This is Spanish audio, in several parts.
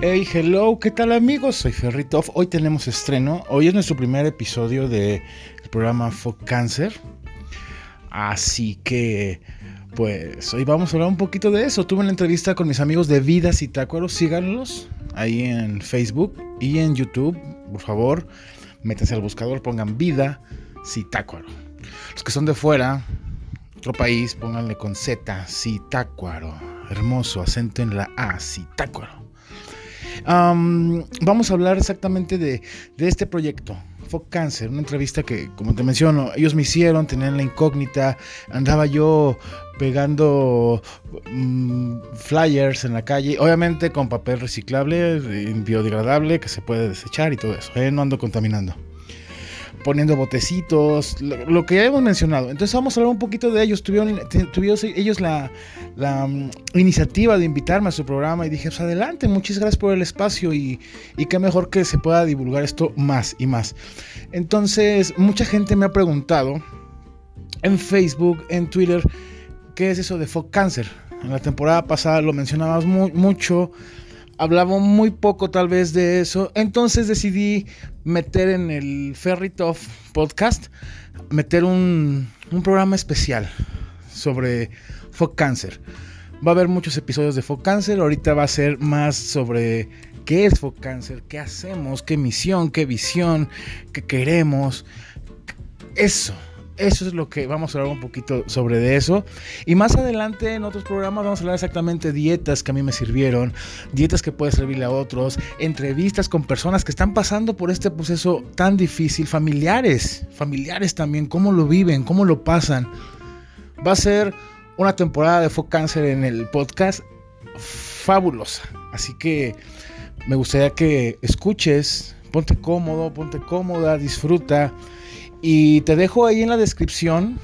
Hey, hello, ¿qué tal amigos? Soy Ferritov. Hoy tenemos estreno. Hoy es nuestro primer episodio del programa Fuck Cancer. Así que, pues, hoy vamos a hablar un poquito de eso. Tuve una entrevista con mis amigos de Vida Citácuaro. Síganlos ahí en Facebook y en YouTube. Por favor, métanse al buscador, pongan Vida Citácuaro. Los que son de fuera, otro país, pónganle con Z, Citácuaro. Hermoso, acento en la A, Citácuaro. Vamos a hablar exactamente de este proyecto, Fuck Cancer, una entrevista que, como te menciono, ellos me hicieron, tenían la incógnita, andaba yo pegando flyers en la calle, obviamente con papel reciclable, biodegradable, que se puede desechar y todo eso, no ando contaminando. Poniendo botecitos, lo que ya hemos mencionado. Entonces vamos a hablar un poquito de ellos. Tuvieron ellos la iniciativa de invitarme a su programa y dije, pues adelante, muchas gracias por el espacio y qué mejor que se pueda divulgar esto más y más. Entonces mucha gente me ha preguntado en Facebook, en Twitter, ¿qué es eso de Fuck Cancer? En la temporada pasada lo mencionábamos mucho. Hablaba muy poco tal vez de eso, entonces decidí meter en el Ferritov Podcast, meter un programa especial sobre Fuck Cancer. Va a haber muchos episodios de Fuck Cancer, ahorita va a ser más sobre qué es Fuck Cancer, qué hacemos, qué misión, qué visión, qué queremos, Eso es lo que vamos a hablar un poquito sobre de eso. Y más adelante en otros programas vamos a hablar exactamente de dietas que a mí me sirvieron, dietas que pueden servirle a otros, entrevistas con personas que están pasando por este proceso tan difícil, familiares también, cómo lo viven, cómo lo pasan. Va a ser una temporada de Fuck Cancer en el podcast fabulosa. Así que me gustaría que escuches, ponte cómodo, ponte cómoda, disfruta. Y te dejo ahí en la descripción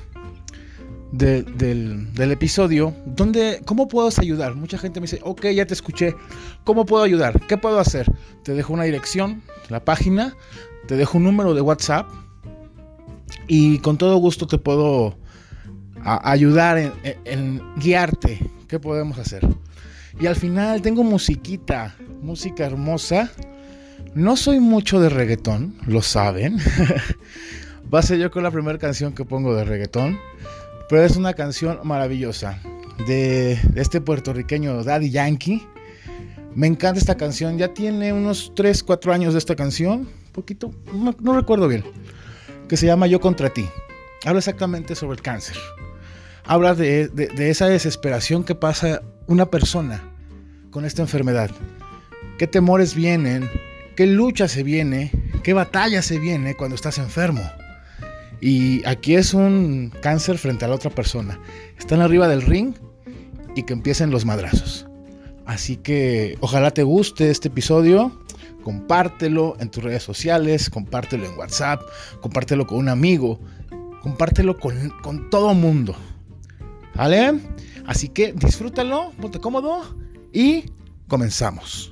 del episodio cómo puedo ayudar. Mucha gente me dice, ok, ya te escuché, ¿cómo puedo ayudar? ¿Qué puedo hacer? Te dejo una dirección, la página, te dejo un número de WhatsApp y con todo gusto te puedo ayudar en guiarte. ¿Qué podemos hacer? Y al final tengo música hermosa. No soy mucho de reggaetón, lo saben. Va a ser yo con la primera canción que pongo de reggaetón, pero es una canción maravillosa de este puertorriqueño Daddy Yankee. Me encanta esta canción, ya tiene unos 3-4 años de esta canción, poquito, no recuerdo bien, que se llama Yo contra ti. Habla exactamente sobre el cáncer. Habla de esa desesperación que pasa una persona con esta enfermedad. ¿Qué temores vienen? ¿Qué lucha se viene? ¿Qué batalla se viene cuando estás enfermo? Y aquí es un cáncer frente a la otra persona. Están arriba del ring y que empiecen los madrazos. Así que ojalá te guste este episodio. Compártelo en tus redes sociales, compártelo en WhatsApp, compártelo con un amigo, compártelo con todo mundo. ¿Vale? Así que disfrútalo, ponte cómodo y comenzamos.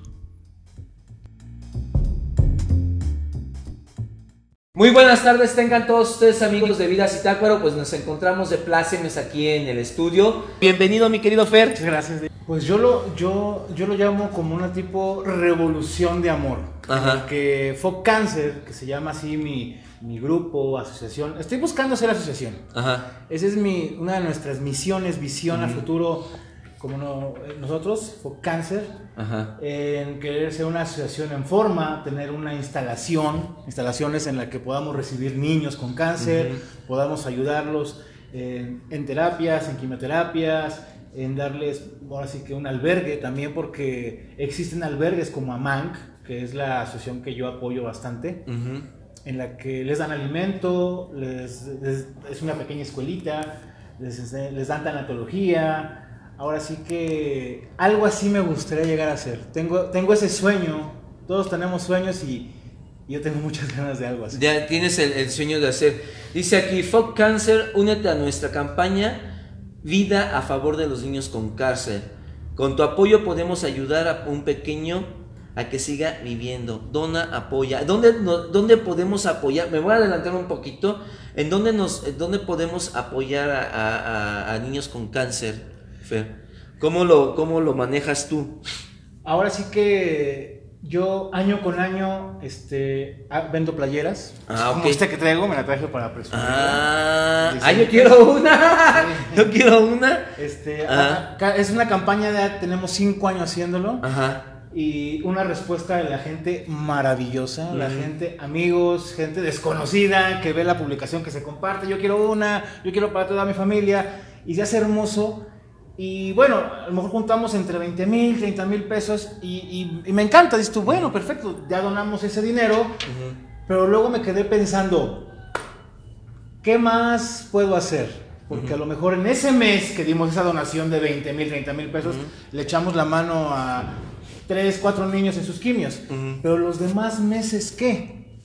Muy buenas tardes, tengan todos ustedes amigos de Vida Citácuaro, pues nos encontramos de plácemes aquí en el estudio. Bienvenido mi querido Fer. Gracias. Pues yo lo llamo como una tipo revolución de amor. Ajá. Que Fuck Cancer, que se llama así mi grupo, asociación. Estoy buscando hacer asociación. Ajá. Esa es una de nuestras misiones, visión a futuro, como nosotros, Fuck Cancer. Ajá. En querer ser una asociación en forma, tener una instalaciones en las que podamos recibir niños con cáncer, podamos ayudarlos en terapias, en quimioterapias, en darles, ahora sí que un albergue también, porque existen albergues como AMANC, que es la asociación que yo apoyo bastante, en la que les dan alimento, es una pequeña escuelita, les dan tanatología. Ahora sí que algo así me gustaría llegar a hacer. Tengo ese sueño, todos tenemos sueños y yo tengo muchas ganas de algo así. Ya tienes el sueño de hacer. Dice aquí, Fuck Cancer, únete a nuestra campaña Vida a favor de los niños con cáncer. Con tu apoyo podemos ayudar a un pequeño a que siga viviendo. Dona, apoya. ¿Dónde podemos apoyar? Me voy a adelantar un poquito. ¿En dónde podemos apoyar a niños con cáncer, Fer? ¿Cómo lo manejas tú? Ahora sí que Yo año con año vendo playeras. Ah, ok. Como que traigo, me la traje para presumir. Yo quiero una. Yo quiero una. Es una campaña tenemos 5 años haciéndolo. Ajá. Y una respuesta de la gente maravillosa. La gente, amigos, gente desconocida que ve la publicación que se comparte. Yo quiero una, yo quiero para toda mi familia. Y se hace hermoso. Y bueno, a lo mejor juntamos entre 20,000, 30,000 pesos y me encanta. Dices tú, bueno, perfecto, ya donamos ese dinero. Pero luego me quedé pensando, ¿qué más puedo hacer? Porque a lo mejor en ese mes que dimos esa donación de 20,000, 30,000 pesos, le echamos la mano a 3, 4 niños en sus quimios. Pero los demás meses, ¿qué?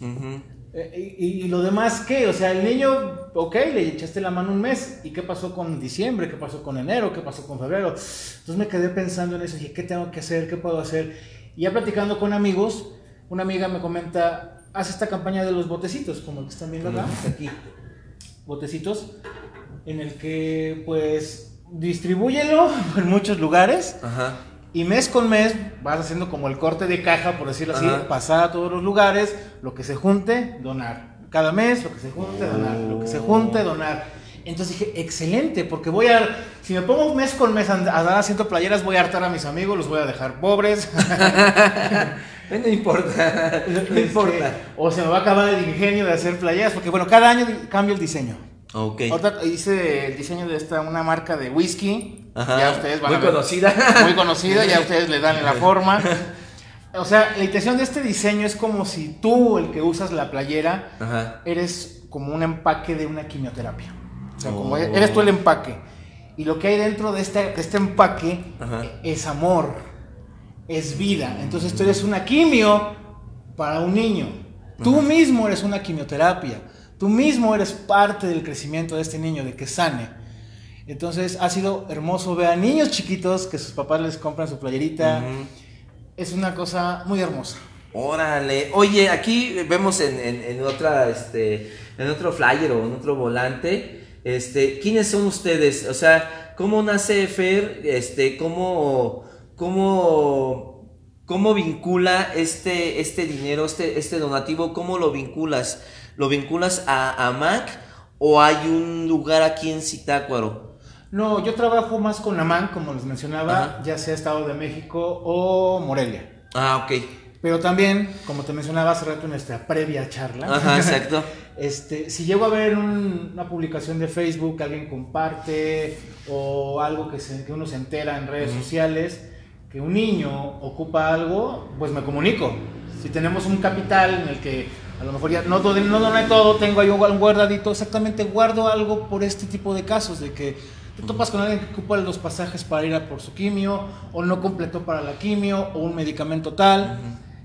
¿Y lo demás qué? O sea, el niño, ok, le echaste la mano un mes. ¿Y qué pasó con diciembre? ¿Qué pasó con enero? ¿Qué pasó con febrero? Entonces me quedé pensando en eso. Dije, ¿qué tengo que hacer? ¿Qué puedo hacer? Y ya platicando con amigos, una amiga me comenta, haz esta campaña de los botecitos, como el que están viendo acá, aquí. Botecitos, en el que, pues, distribúyelo en muchos lugares. Ajá. Y mes con mes vas haciendo como el corte de caja, por decirlo así, pasar a todos los lugares, lo que se junte, donar. Cada mes, lo que se junte, donar. Lo que se junte, donar. Entonces dije, excelente, porque si me pongo mes con mes a andar haciendo playeras, voy a hartar a mis amigos, los voy a dejar pobres. No importa, no importa. O se me va a acabar el ingenio de hacer playeras, porque bueno, cada año cambio el diseño. Ok. Ahorita hice el diseño de una marca de whisky. Ajá. Ya ustedes van muy a ver. Conocida. Muy conocida, ya ustedes le dan en la forma. O sea, la intención de este diseño es como si tú, el que usas la playera, eres como un empaque de una quimioterapia. O sea, como eres tú el empaque. Y lo que hay dentro de este empaque es amor, es vida. Entonces tú eres una quimio para un niño. Tú mismo eres una quimioterapia. Tú mismo eres parte del crecimiento de este niño, de que sane. Entonces ha sido hermoso ver a niños chiquitos que sus papás les compran su playerita. Es una cosa muy hermosa. Órale. Oye, aquí vemos en otro flyer o en otro volante, ¿quiénes son ustedes? O sea, ¿cómo nace Fer? ¿Cómo vincula este dinero, este donativo? ¿Cómo lo vinculas? ¿Lo vinculas a Mac o hay un lugar aquí en Zitácuaro? No, yo trabajo más con AMAN, como les mencionaba, ya sea Estado de México o Morelia. Ah, ok. Pero también, como te mencionaba hace rato en nuestra previa charla, exacto. Si llego a ver una publicación de Facebook, alguien comparte o algo que uno se entera en redes sociales, que un niño ocupa algo, pues me comunico. Si tenemos un capital en el que a lo mejor ya no doné todo, tengo ahí un guardadito, exactamente guardo algo por este tipo de casos, de que te topas con alguien que ocupa los pasajes para ir a por su quimio, o no completó para la quimio, o un medicamento tal.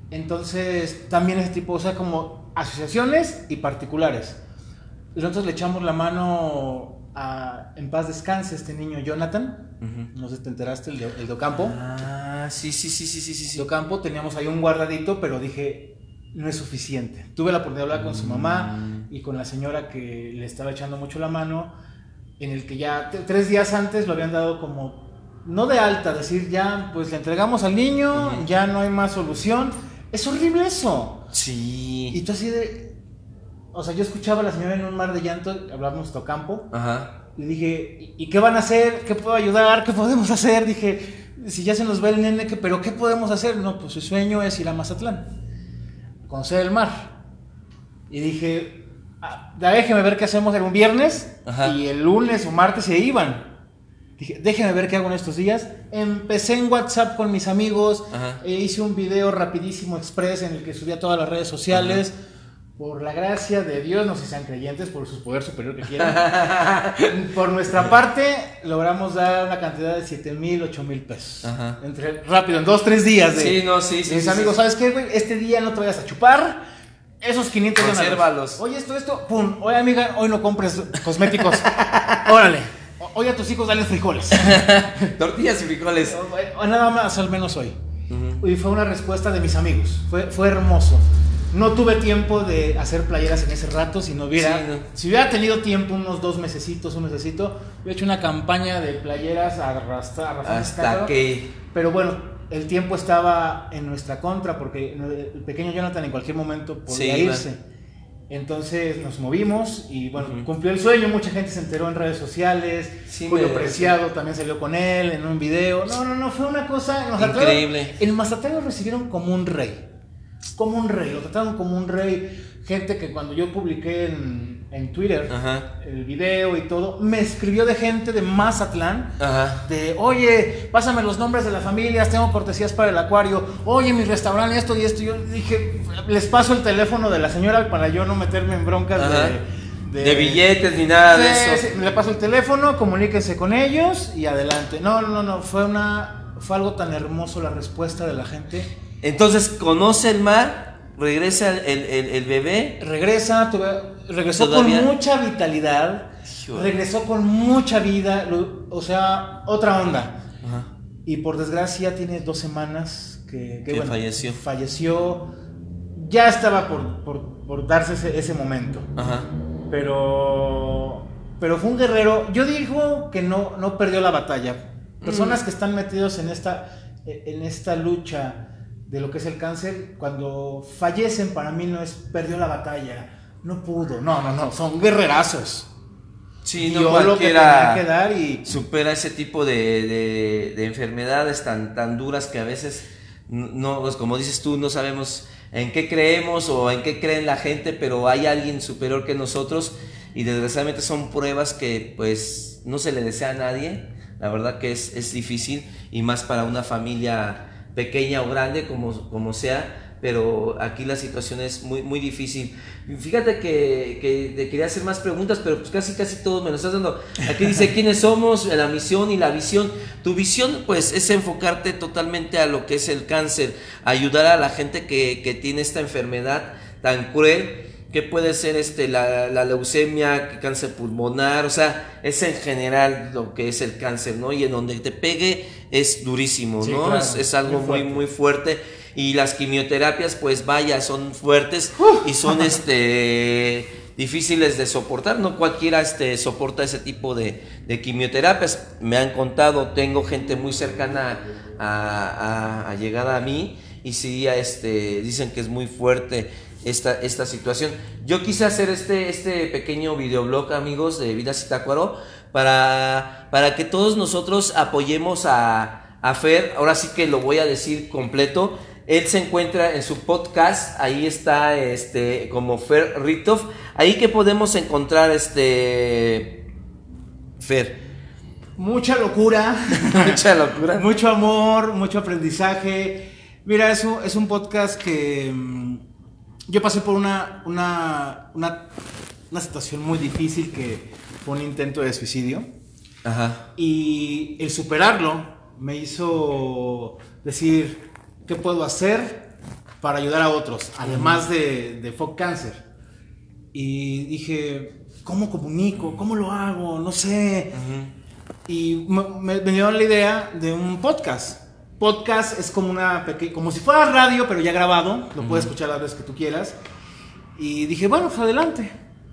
Entonces, también ese tipo, o sea, como asociaciones y particulares. Nosotros le echamos la mano en paz descanse este niño Jonathan. No sé si te enteraste, el de Ocampo. Ah, sí. De Ocampo teníamos ahí un guardadito, pero dije, no es suficiente. Tuve la oportunidad de hablar con su mamá y con la señora que le estaba echando mucho la mano, en el que ya 3 días antes lo habían dado como, no de alta, decir ya, pues le entregamos al niño, ya no hay más solución. Es horrible eso. Sí. Y tú así de, o sea, yo escuchaba a la señora en un mar de llanto, hablábamos de Ocampo. Le dije, ¿y qué van a hacer? ¿Qué puedo ayudar? ¿Qué podemos hacer? Dije, si ya se nos va el nene, ¿pero qué podemos hacer? No, pues su sueño es ir a Mazatlán, conocer el mar. Y dije, déjeme ver qué hacemos. Era un viernes y el lunes o martes se iban. Dije, déjeme ver qué hago en estos días. Empecé en WhatsApp con mis amigos, hice un video rapidísimo express en el que subí a todas las redes sociales. Por la gracia de Dios, no sé si sean creyentes, por su poder superior que quieran. Por nuestra parte, logramos dar una cantidad de 7,000, 8,000 pesos. Rápido, en 2-3 días. Sí. Mis amigos, ¿sabes qué, güey? Este día no te vayas a chupar. Esos 500 consérvalos. Oye, esto, pum. Oye, amiga, hoy no compres cosméticos. Órale. Oye, a tus hijos dale frijoles. Tortillas y frijoles. Nada más, al menos hoy. Y fue una respuesta de mis amigos. Fue hermoso. No tuve tiempo de hacer playeras en ese rato. Si hubiera tenido tiempo, unos 2 mesecitos, un mesecito, hubiera hecho una campaña de playeras hasta que... Pero bueno, el tiempo estaba en nuestra contra porque el pequeño Jonathan en cualquier momento podía irse. Entonces nos movimos y bueno, cumplió el sueño, mucha gente se enteró en redes sociales, Julio Preciado también salió con él en un video. No, fue una cosa increíble. En Mazatlán lo recibieron como un rey, lo trataron como un rey. Gente que cuando yo publiqué en Twitter el video y todo, me escribió de gente de Mazatlán, de oye, pásame los nombres de las familias, tengo cortesías para el acuario, oye, mi restaurante, esto y esto. Yo dije, les paso el teléfono de la señora para yo no meterme en broncas de billetes ni nada de eso. Sí, le paso el teléfono, comuníquense con ellos y adelante. No, fue algo tan hermoso la respuesta de la gente. Entonces, ¿conoce el mar? ¿Regresa el bebé? Regresó ¿todavía? Con mucha vitalidad, regresó con mucha vida, o sea, otra onda. Y por desgracia tiene 2 semanas que bueno, falleció. Ya estaba por darse ese momento. Pero fue un guerrero. Yo digo que no perdió la batalla. Personas que están metidos en esta lucha de lo que es el cáncer, cuando fallecen, para mí no es perdió la batalla, no pudo, no, son guerrerazos. Sí, no cualquiera que dar y supera ese tipo de enfermedades tan duras que a veces no, pues como dices tú, no sabemos en qué creemos o en qué creen la gente, pero hay alguien superior que nosotros y desgraciadamente son pruebas que pues no se le desea a nadie. La verdad que es difícil y más para una familia pequeña o grande, como sea, pero aquí la situación es muy, muy difícil. Fíjate que te quería hacer más preguntas, pero pues casi todo me lo estás dando. Aquí dice quiénes somos, la misión y la visión. Tu visión pues es enfocarte totalmente a lo que es el cáncer, ayudar a la gente que tiene esta enfermedad tan cruel, que puede ser la leucemia, cáncer pulmonar, o sea, es en general lo que es el cáncer, ¿no? Y en donde te pegue es durísimo, sí, ¿no? Claro, es algo muy fuerte. Y las quimioterapias, pues vaya, son fuertes y son difíciles de soportar, no cualquiera soporta ese tipo de quimioterapias. Me han contado, tengo gente muy cercana a llegada a mí y sí, dicen que es muy fuerte esta situación. Yo quise hacer este pequeño videoblog, amigos, de Vida Zitácuaro, para que todos nosotros apoyemos a Fer. Ahora sí que lo voy a decir completo. Él se encuentra en su podcast, ahí está como Fer Ritov. Ahí que podemos encontrar Fer. Mucha locura, mucho amor, mucho aprendizaje. Mira, es un podcast que yo pasé por una situación muy difícil que fue un intento de suicidio. Y el superarlo me hizo decir, ¿qué puedo hacer para ayudar a otros? Además de Fuck Cancer. Y dije, ¿cómo comunico? ¿Cómo lo hago? No sé. Y me dio la idea de un podcast. Podcast es como si fuera radio, pero ya grabado. Lo puedes escuchar las veces que tú quieras. Y dije, bueno, pues adelante.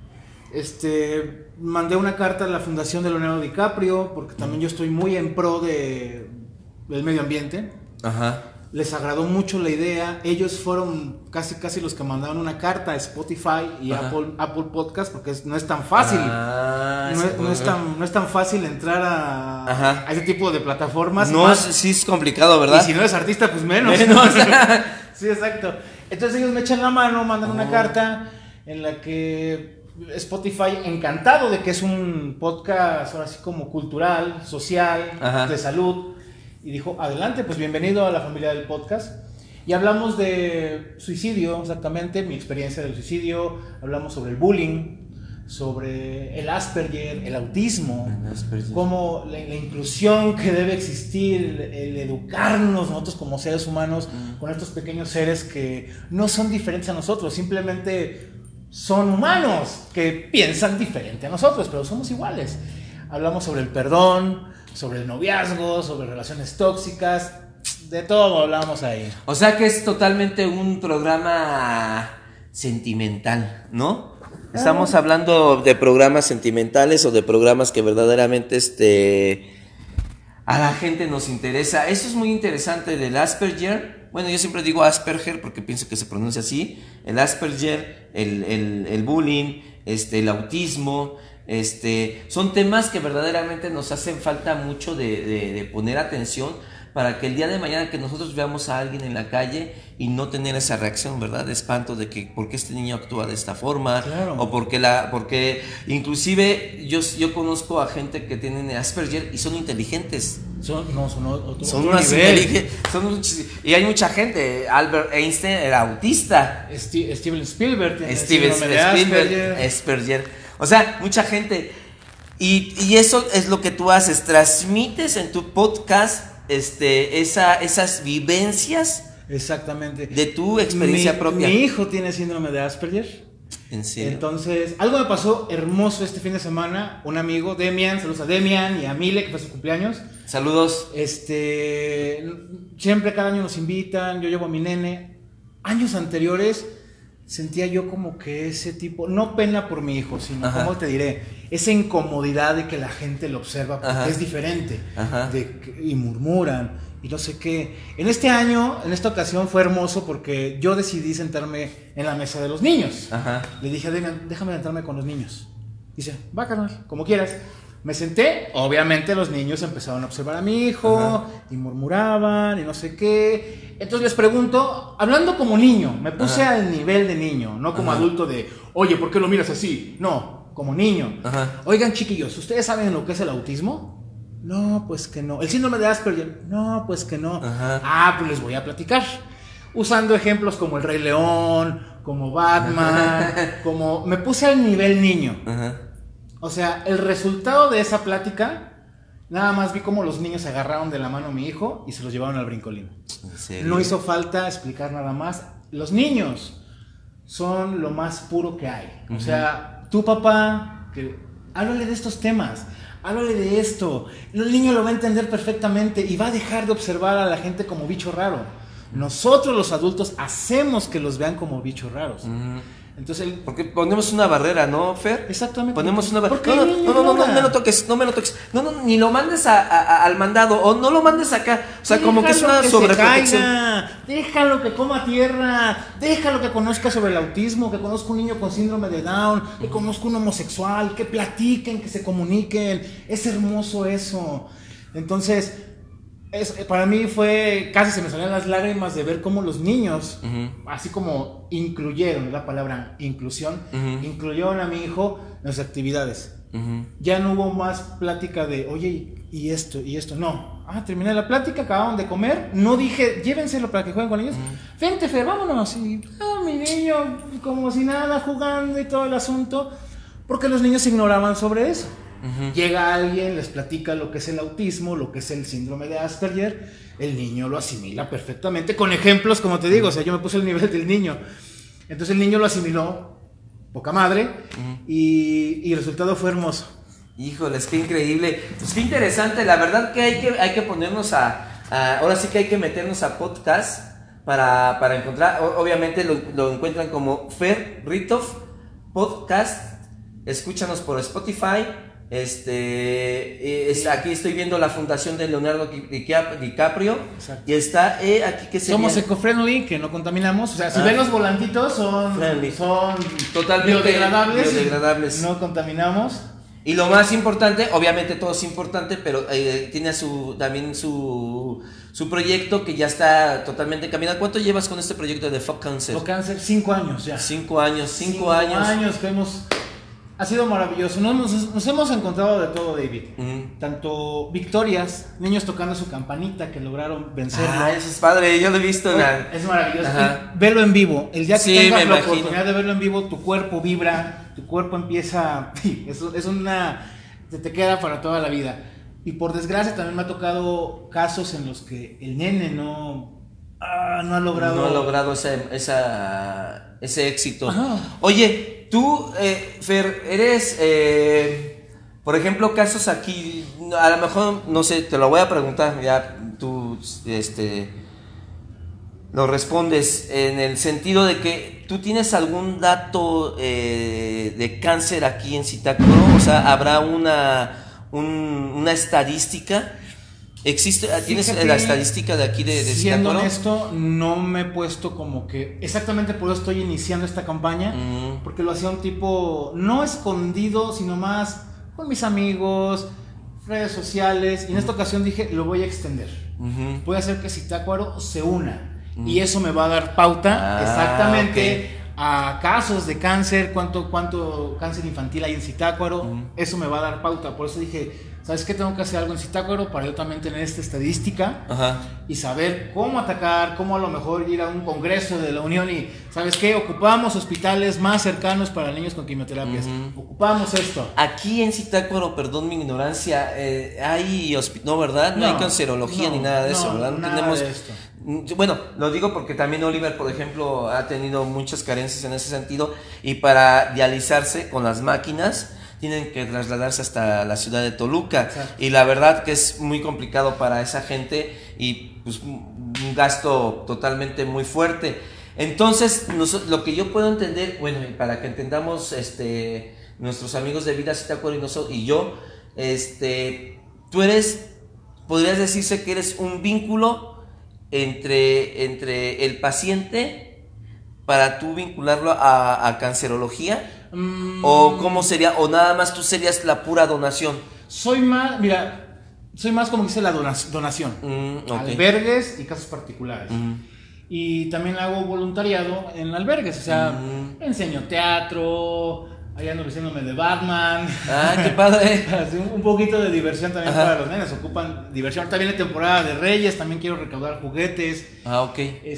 Mandé una carta a la Fundación de Leonardo DiCaprio, porque también yo estoy muy en pro del medio ambiente. Les agradó mucho la idea. Ellos fueron casi los que mandaron una carta a Spotify y Apple Podcast, porque no es tan fácil. No es tan fácil entrar a ese tipo de plataformas. Sí es complicado, ¿verdad? Y si no eres artista, pues menos. Sí, exacto. Entonces ellos me echan la mano, mandan una carta en la que Spotify, encantado de que es un podcast ahora sí como cultural, social, de salud, y dijo, adelante, pues bienvenido a la familia del podcast. Y hablamos de suicidio, exactamente, mi experiencia del suicidio, hablamos sobre el bullying, sobre el Asperger, el autismo, cómo la inclusión que debe existir, el educarnos nosotros como seres humanos con estos pequeños seres que no son diferentes a nosotros, simplemente son humanos que piensan diferente a nosotros, pero somos iguales. Hablamos sobre el perdón, sobre el noviazgo, sobre relaciones tóxicas, de todo hablamos ahí. O sea que es totalmente un programa sentimental, ¿no? Estamos hablando de programas sentimentales o de programas que verdaderamente a la gente nos interesa. Eso es muy interesante del Asperger. Bueno, yo siempre digo Asperger porque pienso que se pronuncia así. El Asperger, el bullying, el autismo, son temas que verdaderamente nos hacen falta mucho de poner atención para que el día de mañana que nosotros veamos a alguien en la calle y no tener esa reacción, ¿verdad? De espanto de que por qué este niño actúa de esta forma, claro. O porque inclusive yo conozco a gente que tienen Asperger y son inteligentes. Son inteligentes. Y hay mucha gente. Albert Einstein era autista. Steven Spielberg. Asperger. O sea, mucha gente. Y eso es lo que tú haces. Transmites en tu podcast esas vivencias. Exactamente. De tu experiencia propia. Mi hijo tiene síndrome de Asperger. ¿En serio? Entonces, algo me pasó hermoso este fin de semana. Un amigo, Demian, saludos a Demian y a Mile, que fue su cumpleaños. Saludos. Siempre cada año nos invitan, yo llevo a mi nene. Años anteriores sentía yo como que ese tipo, no pena por mi hijo, sino, ¿cómo te diré? Esa incomodidad de que la gente lo observa porque es diferente. Y murmuran y no sé qué. En este año, en esta ocasión fue hermoso porque yo decidí sentarme en la mesa de los niños. Le dije a Demian, déjame sentarme con los niños. Dice, va carnal, como quieras. Me senté, obviamente los niños empezaron a observar a mi hijo y murmuraban y no sé qué. Entonces les pregunto, hablando como niño, me puse al nivel de niño, no como adulto de, oye, ¿por qué lo miras así? No, como niño. Oigan, chiquillos, ¿ustedes saben lo que es el autismo? No, pues que no. ¿El síndrome de Asperger? No, pues que no. Pues les voy a platicar. Usando ejemplos como el Rey León, como Batman, como... Me puse al nivel niño. O sea, el resultado de esa plática, nada más vi cómo los niños agarraron de la mano a mi hijo y se los llevaron al brincolín. No hizo falta explicar nada más. Los niños son lo más puro que hay. O sea, tu papá, háblale de estos temas, háblale de esto. El niño lo va a entender perfectamente y va a dejar de observar a la gente como bicho raro. Nosotros los adultos hacemos que los vean como bichos raros. Entonces porque ponemos una barrera, ¿no, Fer? Exactamente. Ponemos una barrera. No me lo toques, no me lo toques. No, ni lo mandes al mandado o no lo mandes acá. O sea, como que es una sobreprotección. Déjalo que coma tierra. Déjalo que conozca sobre el autismo, que conozca un niño con síndrome de Down, que conozca un homosexual, que platiquen, que se comuniquen. Es hermoso eso. Entonces, para mí fue, casi se me salían las lágrimas de ver cómo los niños, así como incluyeron, la palabra inclusión, incluyeron a mi hijo en las actividades. Ya no hubo más plática de, oye, y esto, no. Terminé la plática, acababan de comer, no dije, llévenselo para que jueguen con ellos. Vente, Fer, vámonos. Y mi niño, como si nada, jugando y todo el asunto, porque los niños ignoraban sobre eso. Llega alguien, les platica lo que es el autismo, lo que es el síndrome de Asperger, el niño lo asimila perfectamente, con ejemplos, como te digo, o sea, yo me puse al nivel del niño. Entonces el niño lo asimiló, poca madre, y el resultado fue hermoso. Híjoles, qué increíble, pues qué interesante, la verdad que hay que ponernos ahora sí que hay que meternos a podcast para encontrar, obviamente lo encuentran como Fer Ritov Podcast, escúchanos por Spotify. Aquí estoy viendo la fundación de Leonardo DiCaprio. Exacto. Y está aquí que somos eco-friendly, que no contaminamos. O sea, si ven los volantitos son totalmente biodegradables. No contaminamos. Y lo más importante, obviamente todo es importante, pero tiene también su proyecto que ya está totalmente caminado. ¿Cuánto llevas con este proyecto de Fuck Cancer? Fuck Cancer, 5 años ya. 5 años. 5 años que ha sido maravilloso. Nos hemos encontrado de todo, David. Tanto victorias, niños tocando su campanita que lograron vencerlo. Eso es padre, yo lo he visto. Es maravilloso. Verlo en vivo. El día que tengas la oportunidad de verlo en vivo, tu cuerpo vibra, tu cuerpo empieza. Te queda para toda la vida. Y por desgracia también me ha tocado casos en los que el nene no ha logrado ese éxito. Oye, tú, Fer, eres, por ejemplo, casos aquí, a lo mejor, no sé, te lo voy a preguntar, ya tú, lo respondes en el sentido de que tú tienes algún dato de cáncer aquí en Zitácuaro, o sea, ¿habrá una estadística? ¿Existe, tienes Fíjate, la estadística de aquí de siendo Zitácuaro? honesto, no me he puesto como que exactamente por eso estoy iniciando esta campaña, porque lo hacía un tipo no escondido, sino más con mis amigos, redes sociales, y en esta ocasión dije, lo voy a extender. Voy a hacer que Zitácuaro se una, y eso me va a dar pauta exactamente a casos de cáncer, cuánto cáncer infantil hay en Zitácuaro, eso me va a dar pauta. Por eso dije, ¿sabes qué? Tengo que hacer algo en Zitácuaro para yo también tener esta estadística y saber cómo atacar, cómo a lo mejor ir a un congreso de la Unión y, ¿sabes qué? Ocupamos hospitales más cercanos para niños con quimioterapias. Ocupamos esto. Aquí en Zitácuaro, perdón mi ignorancia, hay no, ¿verdad? No hay cancerología ni nada de eso, ¿verdad? No nada tenemos... de esto. Bueno, lo digo porque también Oliver, por ejemplo, ha tenido muchas carencias en ese sentido y para dializarse con las máquinas tienen que trasladarse hasta la ciudad de Toluca. Exacto. Y la verdad que es muy complicado para esa gente y pues un gasto totalmente muy fuerte. Entonces, lo que yo puedo entender, bueno, y para que entendamos nuestros amigos de Vida Zitácuaro y yo, tú podrías decirse que eres un vínculo entre el paciente para tú vincularlo a cancerología. ¿O cómo sería? ¿O nada más tú serías la pura donación? Soy más como dice la donación. Albergues y casos particulares. Y también hago voluntariado en albergues, o sea, enseño teatro, ahí ando vistiéndome de Batman. ¡Ah, qué padre! Un poquito de diversión también para los nenes, ocupan diversión. Ahorita viene temporada de Reyes, también quiero recaudar juguetes. Ah, ok.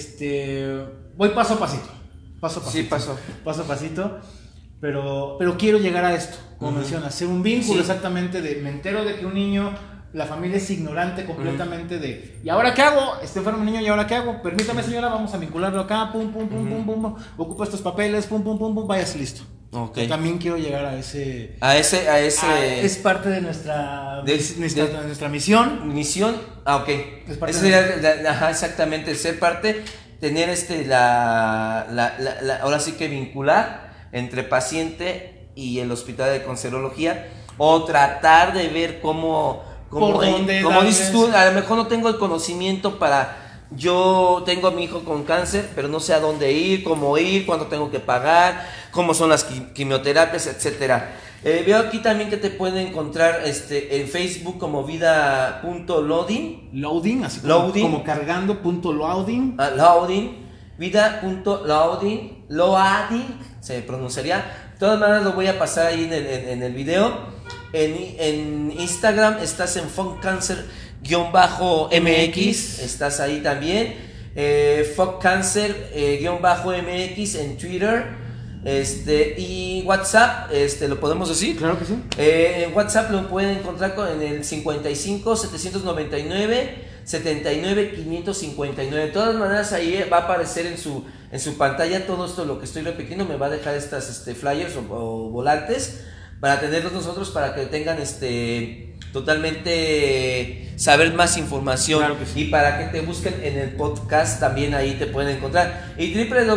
Voy paso a pasito. Sí, paso a pasito. Pero quiero llegar a esto, como mencionas, hacer un vínculo exactamente me entero de que un niño, la familia es ignorante completamente de, ¿y ahora qué hago? Está enfermo el niño, ¿y ahora qué hago? Permítame, señora, vamos a vincularlo acá, pum, ocupo estos papeles, pum, váyase, listo. Okay. Yo también quiero llegar a ese... es parte de nuestra misión. Misión, ok. Es parte exactamente, ser parte, tener ahora sí que vincular entre paciente y el hospital de cancerología, o tratar de ver cómo dices tú, a lo mejor no tengo el conocimiento yo tengo a mi hijo con cáncer, pero no sé a dónde ir, cómo ir, cuándo tengo que pagar, cómo son las quimioterapias, etcétera. Veo aquí también que te pueden encontrar en Facebook como vida.loading. Loading, así como cargando .loading. Loading. Vida.loading. Loading se pronunciaría. De todas maneras lo voy a pasar ahí en el video. En Instagram estás en FuckCancer_MX. Estás ahí también. FuckCancer_MX en Twitter. Y WhatsApp, ¿lo podemos decir? Claro que sí. En WhatsApp lo pueden encontrar en el 55 799 79 559. De todas maneras, ahí va a aparecer en su pantalla todo esto, lo que estoy repitiendo. Me va a dejar estas flyers o volantes para tenerlos nosotros, para que tengan totalmente saber más información. Claro que sí. Y para que te busquen en el podcast, también ahí te pueden encontrar. Y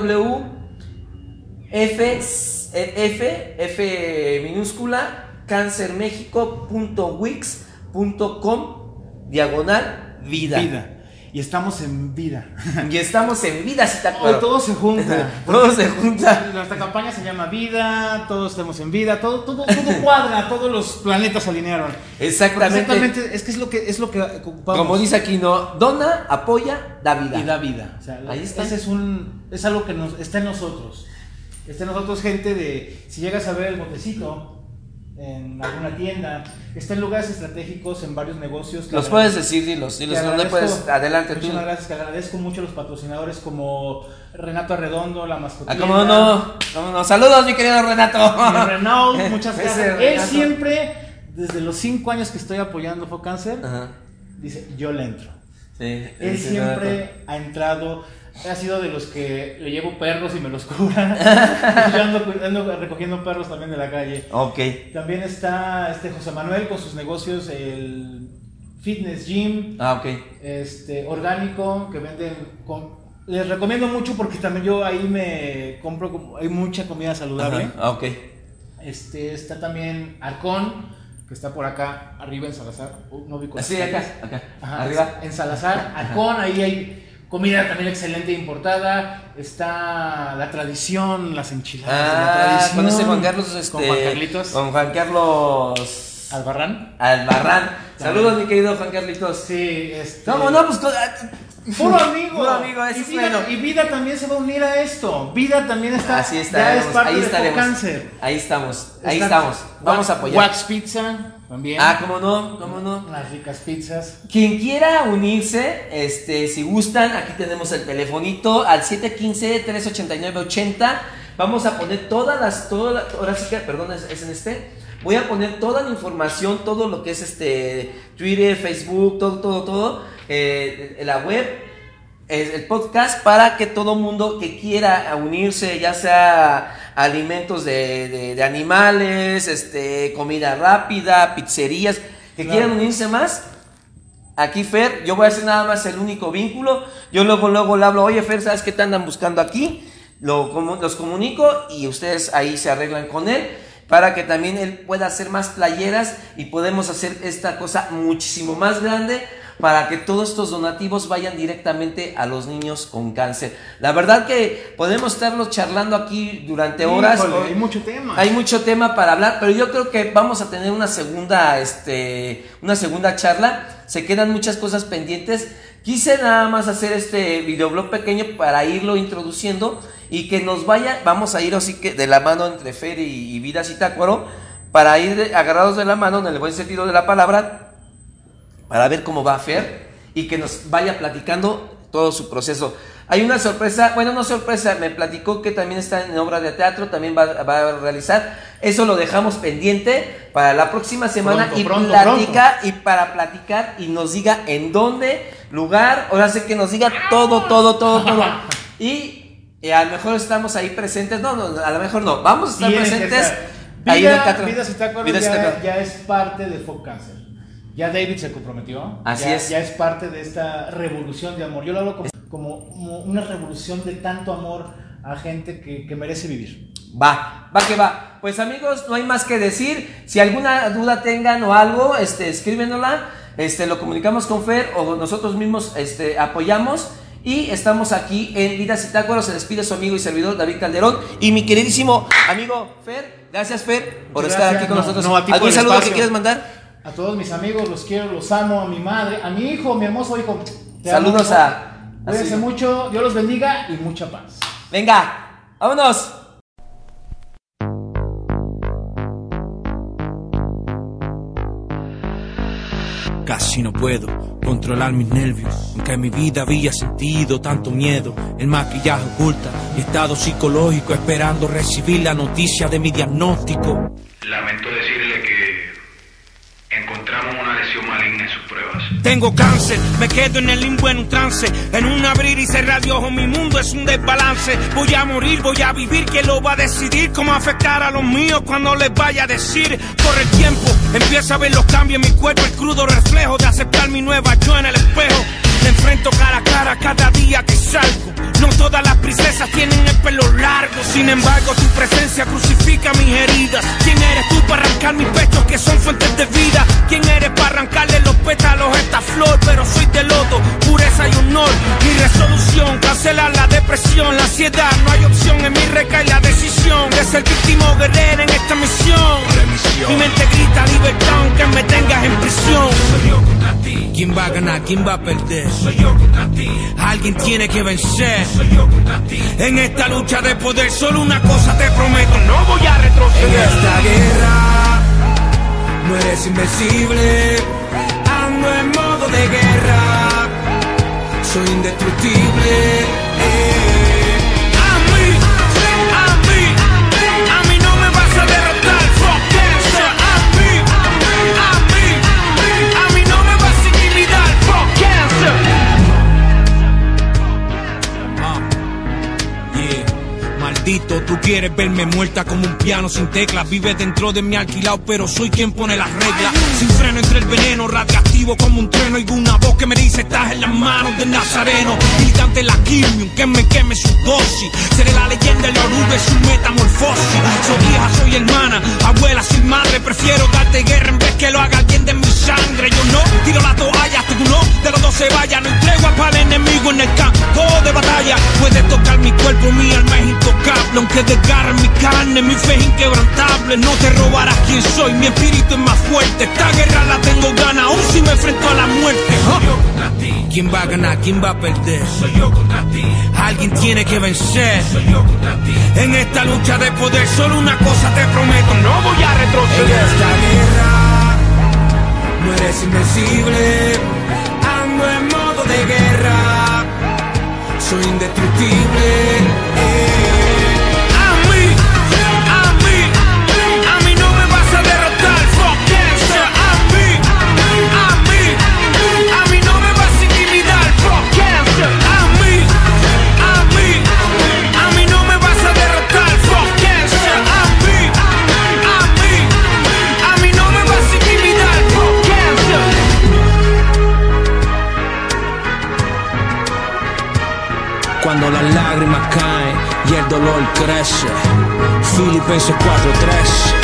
cancermexico.wix.com/vida. Y estamos en vida. Y estamos en vida, Zitácuaro. Todo se junta. Todo se junta. Nuestra campaña se llama Vida, todos estamos en vida, todo cuadra, todos los planetas se alinearon. Exactamente. Es que es lo que ocupamos. Como dice aquí, no, dona, apoya, da vida. Y da vida. O sea, ahí está. Ese es algo que está en nosotros. Está en nosotros, gente de, si llegas a ver el botecito en alguna tienda, está en lugares estratégicos, en varios negocios. Los puedes decir, dilos, ¿dónde puedes? Adelante tú. Muchas gracias, que agradezco mucho a los patrocinadores como Renato Arredondo, la mascotita. ¿Cómo no? Saludos, mi querido Renato. Renault, muchas gracias. Él siempre, desde los 5 años que estoy apoyando FuckCancer, dice, yo le entro. Sí, él siempre ha entrado. Ha sido de los que le llevo perros y me los cura. Yo ando recogiendo perros también de la calle. Ok. También está José Manuel con sus negocios, el Fitness Gym. Ok. Orgánico, que venden. Les recomiendo mucho porque también yo ahí me compro. Hay mucha comida saludable. Ok. Está también Arcón, que está por acá, arriba en Salazar. No ubico. Sí, acá. Ajá, Arriba. En Salazar, Halcón, ahí hay comida también excelente importada. Está la tradición, las enchiladas. La tradición, con ese Juan Carlos, con Juan Carlitos. Con Juan Carlos Albarrán. Saludos, mi querido Juan Carlitos. Sí, ¿Cómo no? Pues puro amigo. Puro amigo, eso es bueno. Y Vida también se va a unir a esto. Vida también está. Así está. Ya es parte de Focáncer. Ahí estamos. Vamos a apoyar. Wax Pizza también. ¿Cómo no? Las ricas pizzas. Quien quiera unirse, si gustan, aquí tenemos el telefonito al 715-389-80. Vamos a poner ahora sí que, perdón, es en voy a poner toda la información, todo lo que es Twitter, Facebook, todo, la web, el podcast, para que todo mundo que quiera unirse, ya sea alimentos de animales, comida rápida, pizzerías, que quieran unirse más. Aquí Fer, yo voy a hacer nada más el único vínculo. Yo luego le hablo, oye Fer, ¿sabes qué te andan buscando aquí? Los comunico y ustedes ahí se arreglan con él, para que también él pueda hacer más playeras y podemos hacer esta cosa muchísimo más grande, para que todos estos donativos vayan directamente a los niños con cáncer. La verdad que podemos estarlos charlando aquí durante horas. Hay mucho tema. Hay mucho tema para hablar, pero yo creo que vamos a tener una segunda charla. Se quedan muchas cosas pendientes. Quise nada más hacer este videoblog pequeño para irlo introduciendo y que nos vamos a ir así que de la mano entre Fer y Vida Zitácuaro, para ir agarrados de la mano en el buen sentido de la palabra, para ver cómo va Fer y que nos vaya platicando todo su proceso. Hay una sorpresa, me platicó que también está en obra de teatro, también va a realizar. Eso lo dejamos pendiente para la próxima semana para platicar y nos diga en dónde, lugar, ahora sí que nos diga todo. Y a lo mejor estamos ahí presentes, a lo mejor no, vamos a estar presentes ahí en el teatro. Vida Zitácuaro ya es parte de Focáncer. Ya David se comprometió. Así es. Ya es parte de esta revolución de amor. Yo lo hablo como una revolución de tanto amor a gente que merece vivir. Va. Pues amigos, no hay más que decir. Si alguna duda tengan o algo, escríbenosla. Lo comunicamos con Fer o nosotros mismos apoyamos. Y estamos aquí en Vida Zitácuaro. Se despide su amigo y servidor David Calderón y mi queridísimo amigo Fer. Gracias Fer por estar aquí con nosotros. ¿Algún saludo que quieres mandar? A todos mis amigos, los quiero, los amo, a mi madre, a mi hijo, mi hermoso hijo. Saludos cuídense mucho, Dios los bendiga y mucha paz. Venga, vámonos. Casi no puedo controlar mis nervios, aunque en mi vida había sentido tanto miedo. El maquillaje oculta mi estado psicológico, esperando recibir la noticia de mi diagnóstico. Lamento decirle que encontramos una lesión maligna en sus pruebas. Tengo cáncer, me quedo en el limbo en un trance. En un abrir y cerrar de ojos mi mundo es un desbalance. Voy a morir, voy a vivir, ¿quién lo va a decidir? ¿Cómo afectar a los míos cuando les vaya a decir? Corre el tiempo, empiezo a ver los cambios en mi cuerpo, el crudo reflejo de aceptar mi nueva yo en el espejo. Me enfrento cara a cara cada día que salgo. No todas las princesas tienen el pelo largo. Sin embargo, tu presencia crucifica mis heridas. ¿Quién eres tú para arrancar mis pechos que son fuentes de vida? ¿Quién eres para arrancarle los pétalos a esta flor? Pero soy de lodo, pureza y honor. Mi resolución, cancelar la depresión, la ansiedad. No hay opción, en mí recae la decisión de ser víctima o guerrera en esta misión. Mi mente grita libertad aunque me tengas en prisión. Soy yo contra ti. ¿Quién va a ganar? ¿Quién va a perder? Soy yo contra ti. Alguien tiene que vencer. Soy yo contra ti. En esta lucha de poder solo una cosa te prometo, no voy a retroceder. En esta guerra no eres invencible. Ando en modo de guerra, soy indestructible. A mí no me vas a derrotar. Fuck cancer. A mí no me vas a intimidar. Fuck cancer. Maldito, tú quieres verme muerta como un piano sin teclas. Vive dentro de mi alquilado, pero soy quien pone las reglas. Sin freno entre el veneno, radiactivo como un trueno y una boca que me dice estás en las manos del Nazareno. Militante la quimio, que me queme su dosis. Seré la leyenda, el orgullo de su metamorfosis. Soy hija, soy hermana, abuela, soy madre. Prefiero darte guerra en vez que lo haga alguien de mi sangre. Yo no tiro la toalla, tú no, de los dos se vaya. No hay tregua para el enemigo en el campo de batalla. Puedes tocar mi cuerpo, mi alma es intocable. Aunque desgarre mi carne, mi fe es inquebrantable. No te robarás quién soy, mi espíritu es más fuerte. Esta guerra la tengo gana, aún si me enfrento a la muerte. Soy yo contra ti. ¿Quién va a ganar? ¿Quién va a perder? Soy yo contra ti. Alguien tiene que vencer. Soy yo contra ti. En esta lucha de poder, solo una cosa te prometo: no voy a retroceder. En esta guerra no eres invencible. Ando en modo de guerra, soy indestructible. A mí no me vas a derrotar. Fuck cancer. A mí no me vas a intimidar. Fuck cancer. A mí no me vas a derrotar. Fuck cancer. A mí no me vas a intimidar. Fuck cancer. Cuando las lágrimas caen y el dolor crece, Filipenses 4:3.